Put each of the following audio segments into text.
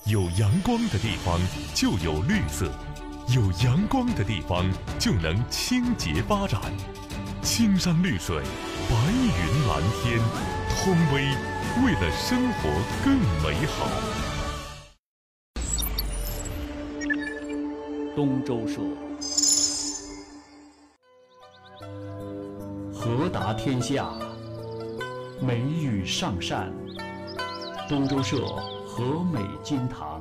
有阳光的地方就有绿色，有阳光的地方就能清洁发展。青山绿水，白云蓝天，通威为了生活更美好。 东周社，和达天下，美语上善。东周社和美金堂。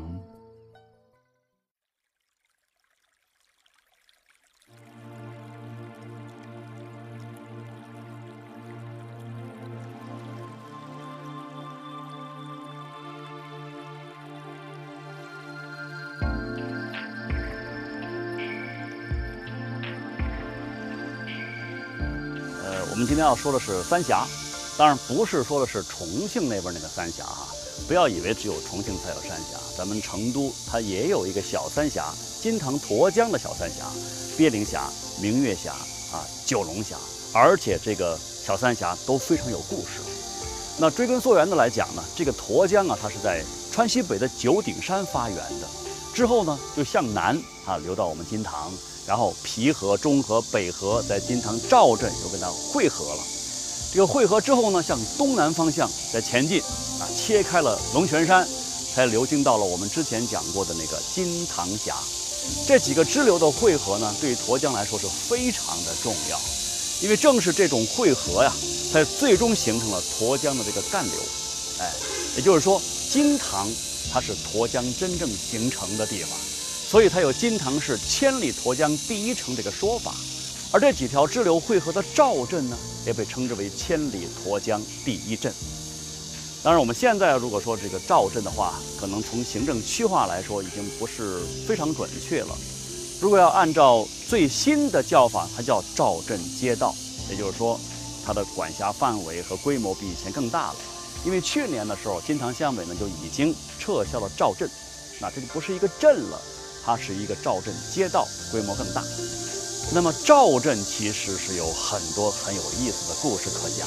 我们今天要说的是三峡，当然不是说的是重庆那边那个三峡哈，不要以为只有重庆才有三峡，咱们成都它也有一个小三峡，金塘沱江的小三峡，鳖灵峡、明月峡啊、九龙峡，而且这个小三峡都非常有故事。那追根溯源的来讲呢，这个沱江啊，它是在川西北的九鼎山发源的，之后呢就向南啊流到我们金塘。然后皮河、中河、北河在金塘赵镇又跟它汇合了。这个汇合之后呢，向东南方向在前进，啊，切开了龙泉山，才流经到了我们之前讲过的那个金塘峡。这几个支流的汇合呢，对于沱江来说是非常的重要，因为正是这种汇合呀，才最终形成了沱江的这个干流。哎，也就是说，金塘它是沱江真正形成的地方。所以它有金塘市千里沱江第一城这个说法，而这几条支流汇合的赵镇呢，也被称之为千里沱江第一镇。当然，我们现在如果说这个赵镇的话，可能从行政区划来说已经不是非常准确了。如果要按照最新的叫法，它叫赵镇街道，也就是说，它的管辖范围和规模比以前更大了。因为去年的时候，金塘乡委呢就已经撤销了赵镇，那这就不是一个镇了。它是一个赵镇街道，规模更大。那么赵镇其实是有很多很有意思的故事可讲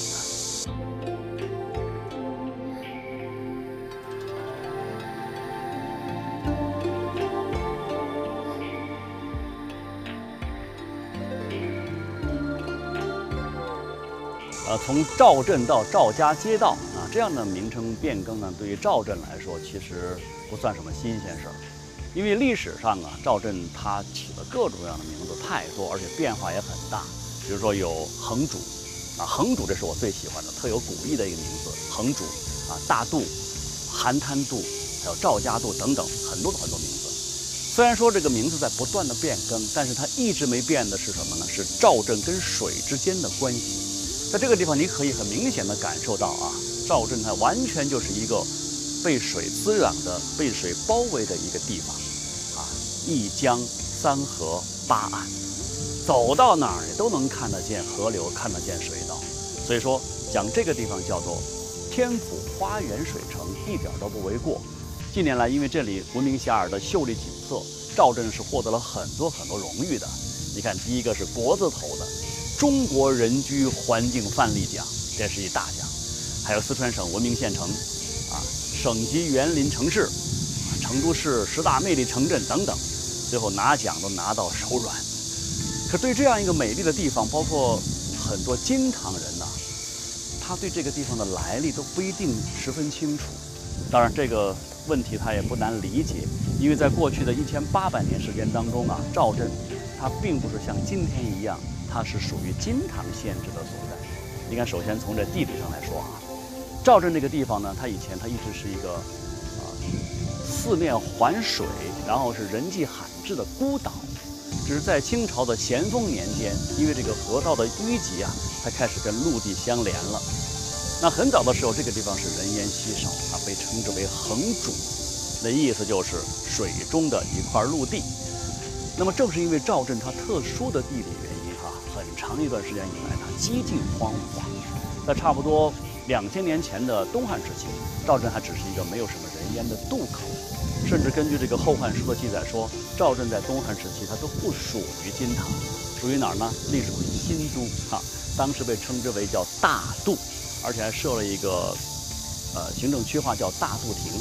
的。从赵镇到赵家街道啊，这样的名称变更呢，对于赵镇来说其实不算什么新鲜事儿。因为历史上啊，赵镇它起了各种各样的名字太多，而且变化也很大。比如说有衡主，啊，衡主这是我最喜欢的，特有古意的一个名字。衡主啊，大渡、邯郸渡，还有赵家渡等等，很多名字。虽然说这个名字在不断的变更，但是它一直没变的是什么呢？是赵镇跟水之间的关系。在这个地方，你可以很明显的感受到啊，赵镇它完全就是一个被水滋养的、被水包围的一个地方。一江三河八岸，走到哪儿你都能看得见河流，看得见水道。所以说，讲这个地方叫做天府花园水城，一点都不为过。近年来，因为这里闻名遐迩的秀丽景色，赵镇是获得了很多荣誉的。你看，第一个是国字头的中国人居环境范例奖，这是一大奖。还有四川省文明县城，啊，省级园林城市，成都市10大魅力城镇等等。最后拿奖都拿到手软。可对这样一个美丽的地方，包括很多金塘人呢，他对这个地方的来历都不一定十分清楚。当然，这个问题他也不难理解，因为在过去的1800年时间当中啊，赵镇它并不是像今天一样，它是属于金塘县制的所在。你看，首先从这地理上来说啊，赵镇这个地方呢，它以前一直是一个四面环水，然后是人迹罕至的孤岛。只是在清朝的咸丰年间，因为这个河道的淤积啊，才开始跟陆地相连了。那很早的时候，这个地方是人烟稀少，它被称之为衡主，那意思就是水中的一块陆地。那么正是因为赵镇它特殊的地理原因哈，很长一段时间以来它几近荒芜。在差不多2000年前的东汉时期，赵镇还只是一个没有什么人烟的渡口。甚至根据这个《后汉书》的记载说，赵镇在东汉时期它都不属于金塘，属于哪儿呢？隶属于新都哈，当时被称之为叫大渡，而且还设了一个行政区划叫大渡亭。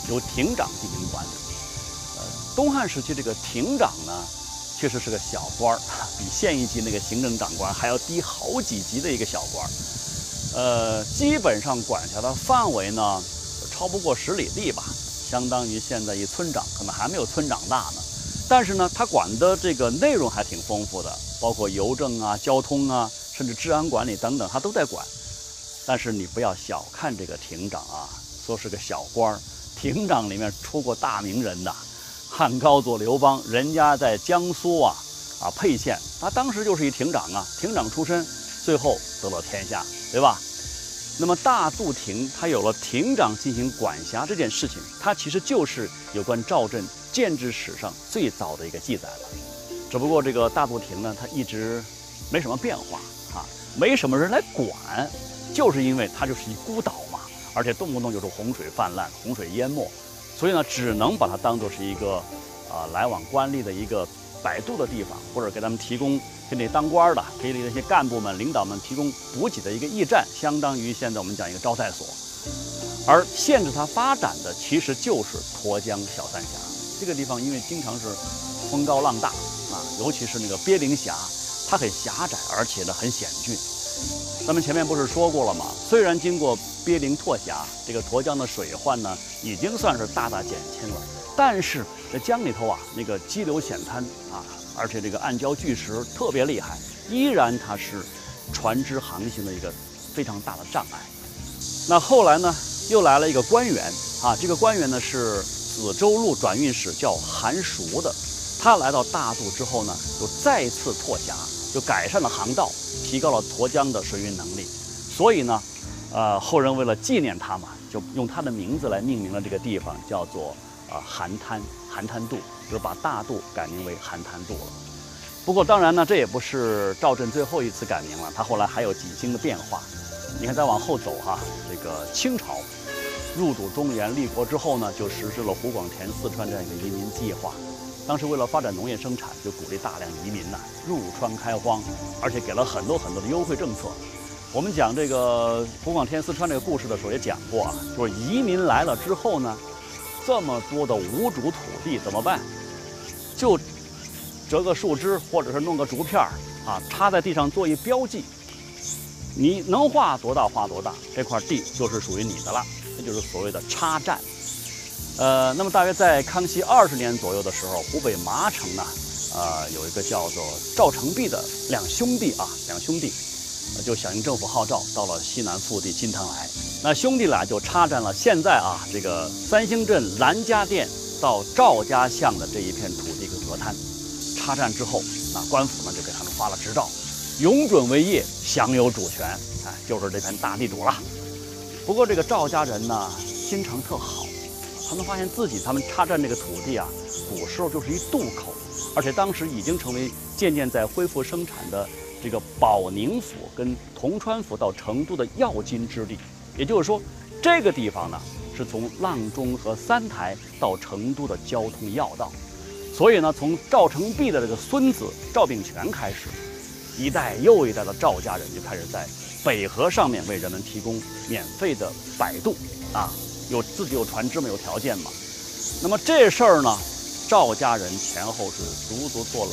由亭长进行管理。东汉时期这个亭长呢，确实是个小官儿，比县一级那个行政长官还要低好几级的一个小官儿。基本上管辖的范围呢，超不过10里地吧，相当于现在一村长，可能还没有村长大呢。但是呢，他管的这个内容还挺丰富的，包括邮政啊、交通啊，甚至治安管理等等，他都在管。但是你不要小看这个亭长啊，说是个小官儿，亭长里面出过大名人的。汉高祖刘邦，人家在江苏沛县，他当时就是一亭长啊，亭长出身，最后得了天下，对吧？那么大都亭，他有了亭长进行管辖这件事情，它其实就是有关赵镇建制史上最早的一个记载了。只不过这个大都亭呢，它一直没什么变化没什么人来管，就是因为它就是一孤岛嘛，而且动不动就是洪水泛滥、洪水淹没。所以呢，只能把它当作是一个来往官吏的一个摆渡的地方，或者给他们提供给那当官的、给那些干部们、领导们提供补给的一个驿站，相当于现在我们讲一个招待所。而限制它发展的其实就是沱江小三峡这个地方，因为经常是风高浪大尤其是那个鳖灵峡，它很狭窄，而且呢很险峻。咱们前面不是说过了吗？虽然经过鳖灵拓峡，这个沱江的水患呢已经算是大大减轻了，但是在江里头那个激流险滩而且这个暗礁巨石特别厉害，依然它是船只航行的一个非常大的障碍。那后来呢，又来了一个官员这个官员呢是梓州路转运使，叫韩熟的。他来到大渡之后呢，又再次拓峡，就改善了航道，提高了沱江的水运能力。所以呢，后人为了纪念他嘛，就用他的名字来命名了这个地方，叫做韩滩渡，就是把大渡改名为韩滩渡了。不过当然呢，这也不是赵镇最后一次改名了，他后来还有几经的变化。你看再往后走这个清朝入主中原立国之后呢，就实施了湖广填四川这样一个移民计划。当时为了发展农业生产，就鼓励大量移民入川开荒，而且给了很多的优惠政策。我们讲这个湖广填四川这个故事的时候也讲过就是移民来了之后呢，这么多的无主土地怎么办？就折个树枝或者是弄个竹片插在地上做一标记，你能画多大画多大，这块地就是属于你的了，这就是所谓的插占。那么大约在康熙20年左右的时候，湖北麻城呢，有一个叫做赵成璧的两兄弟就响应政府号召，到了西南腹地金汤来。那兄弟俩就插占了现在这个三星镇兰家店到赵家巷的这一片土地跟河滩。插占之后，那官府呢就给他们发了执照，永准为业，享有主权，就是这片大地主了。不过这个赵家人呢，心肠特好。他们发现他们插占这个土地古时候就是一渡口，而且当时已经成为渐渐在恢复生产的这个保宁府跟铜川府到成都的要津之地。也就是说，这个地方呢是从阆中和三台到成都的交通要道。所以呢，从赵成璧的这个孙子赵秉权开始，一代又一代的赵家人就开始在北河上面为人们提供免费的摆渡自己有船只嘛，有条件嘛。那么这事儿呢，赵家人前后是足足做了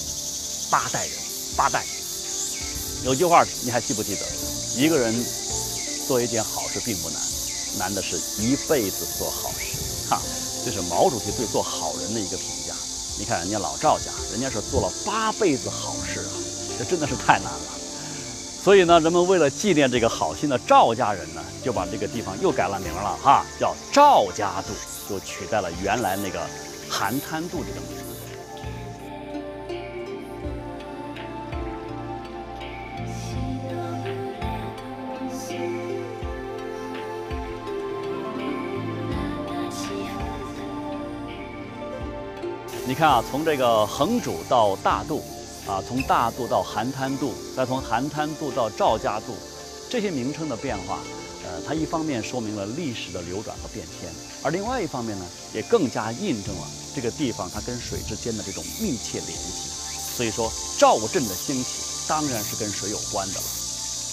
8代。有句话你还记不记得？一个人做一件好事并不难，难的是一辈子做好事这是毛主席对做好人的一个评价。你看人家老赵家，人家是做了8辈子好事这真的是太难了。所以呢，人们为了纪念这个好心的赵家人呢，就把这个地方又改了名了叫赵家渡，就取代了原来那个韩滩渡这个名字。你看从这个衡主到大渡从大渡到韩滩渡，再从韩滩渡到赵家渡，这些名称的变化，它一方面说明了历史的流转和变迁，而另外一方面呢，也更加印证了这个地方它跟水之间的这种密切联系。所以说，赵镇的兴起当然是跟水有关的了。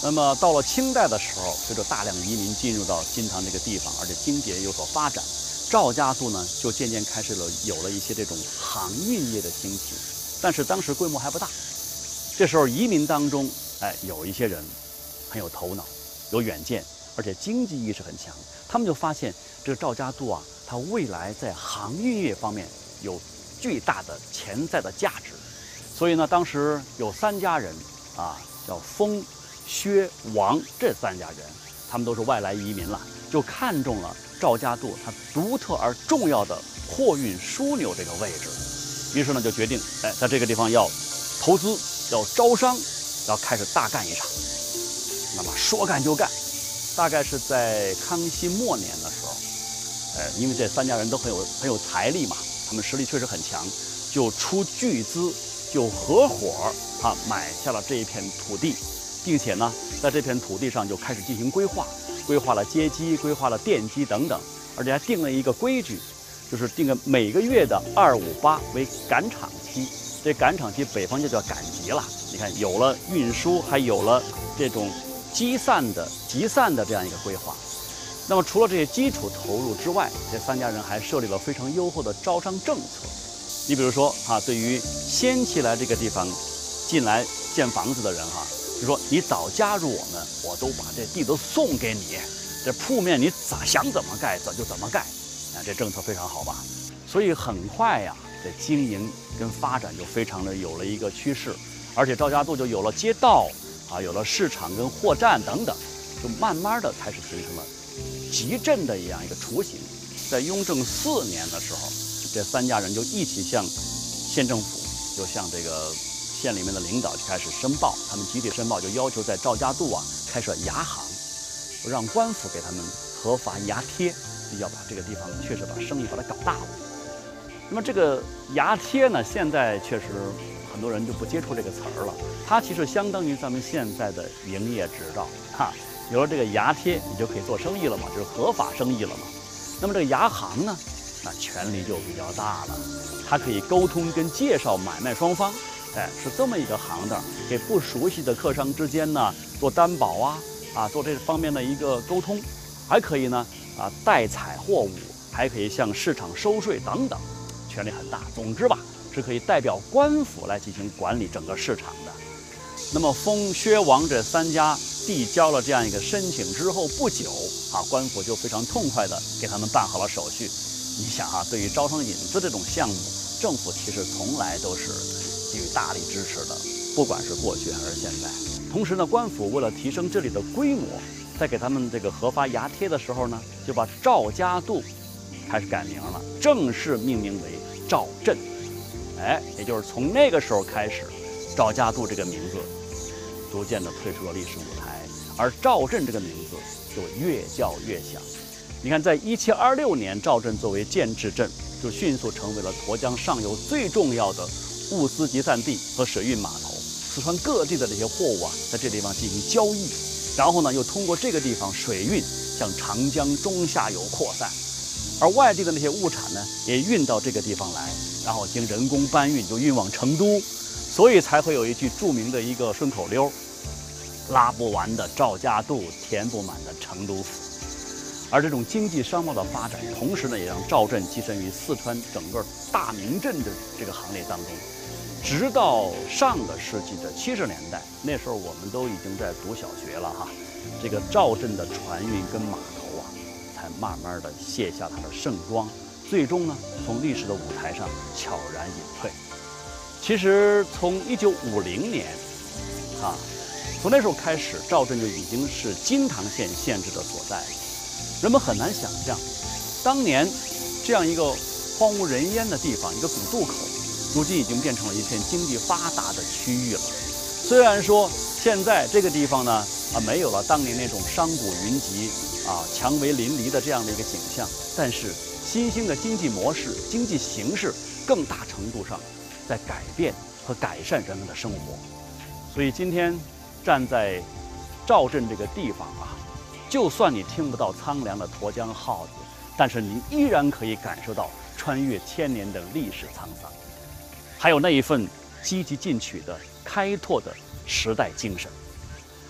那么到了清代的时候，随着大量移民进入到金堂这个地方，而且经济也有所发展，赵家渡呢就渐渐开始有了一些这种航运业的兴起，但是当时规模还不大。这时候移民当中，有一些人很有头脑、有远见，而且经济意识很强，他们就发现这个赵家渡啊，它未来在航运业方面有巨大的潜在的价值。所以呢，当时有3家人啊，叫封、薛、王这3家人，他们都是外来移民了，就看中了赵家渡它独特而重要的货运枢纽这个位置，于是呢就决定，在这个地方要投资，要招商，要开始大干一场。那么说干就干，大概是在康熙末年的时候，因为这3家人都很有财力嘛，他们实力确实很强，就出巨资，就合伙买下了这一片土地，并且呢，在这片土地上就开始进行规划了街基，规划了电机等等，而且还定了一个规矩，就是定个每个月的258为赶场期。这赶场期北方就叫赶集了。你看，有了运输，还有了这种集散的这样一个规划。那么除了这些基础投入之外，这3家人还设立了非常优厚的招商政策。你比如说对于先期来这个地方进来建房子的人就说你早加入我们，我都把这地都送给你，这铺面你想怎么盖就怎么盖，这政策非常好吧？所以很快呀，这经营跟发展就非常的有了一个趋势，而且赵家渡就有了街道有了市场跟货站等等，就慢慢的开始形成了集镇的一样一个雏形。在雍正4年的时候，这3家人就一起向县政府，就向这个县里面的领导就开始申报，他们集体申报，就要求在赵家渡开设牙行，让官府给他们核发牙贴，要把这个地方确实把生意把它搞大了。那么这个牙贴呢，现在确实很多人就不接触这个词儿了，它其实相当于咱们现在的营业执照有了这个牙贴，你就可以做生意了嘛，就是合法生意了嘛。那么这个牙行呢，那权力就比较大了，它可以沟通跟介绍买卖双方，是这么一个行当，给不熟悉的客商之间呢做担保做这方面的一个沟通，还可以呢代采货物，还可以向市场收税等等，权力很大。总之吧，是可以代表官府来进行管理整个市场的。那么封、薛、王这3家递交了这样一个申请之后不久官府就非常痛快的给他们办好了手续。你想对于招商引资这种项目，政府其实从来都是给予大力支持的，不管是过去还是现在。同时呢，官府为了提升这里的规模，在给他们这个核发牙贴的时候呢，就把赵家渡开始改名了，正式命名为赵镇。也就是从那个时候开始，赵家渡这个名字逐渐的退出了历史舞台，而赵镇这个名字就越叫越响。你看，在1726年，赵镇作为建制镇，就迅速成为了沱江上游最重要的物资集散地和水运码头。四川各地的这些货物在这地方进行交易，然后呢，又通过这个地方水运向长江中下游扩散，而外地的那些物产呢，也运到这个地方来，然后经人工搬运就运往成都，所以才会有一句著名的一个顺口溜：拉不完的赵家渡，填不满的成都府。而这种经济商贸的发展，同时呢，也让赵镇跻身于四川整个大名镇的这个行列当中。直到上个世纪的70年代，那时候我们都已经在读小学了这个赵镇的船运跟码头才慢慢的卸下它的盛装，最终呢，从历史的舞台上悄然隐退。其实从1950年从那时候开始，赵镇就已经是金堂县县治的所在了。人们很难想象，当年这样一个荒无人烟的地方，一个古渡口，如今已经变成了一片经济发达的区域了。虽然说现在这个地方呢没有了当年那种商贾云集蔷薇林立的这样的一个景象，但是新兴的经济模式、经济形势更大程度上在改变和改善人们的生活。所以今天站在赵镇这个地方就算你听不到苍凉的沱江号子，但是你依然可以感受到穿越千年的历史沧桑，还有那一份积极进取的开拓的时代精神。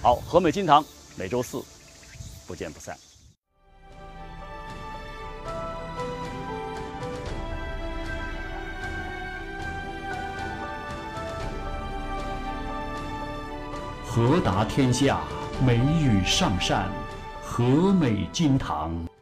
好，和美金堂每周四不见不散。 和达天下，美语上善，和美金堂。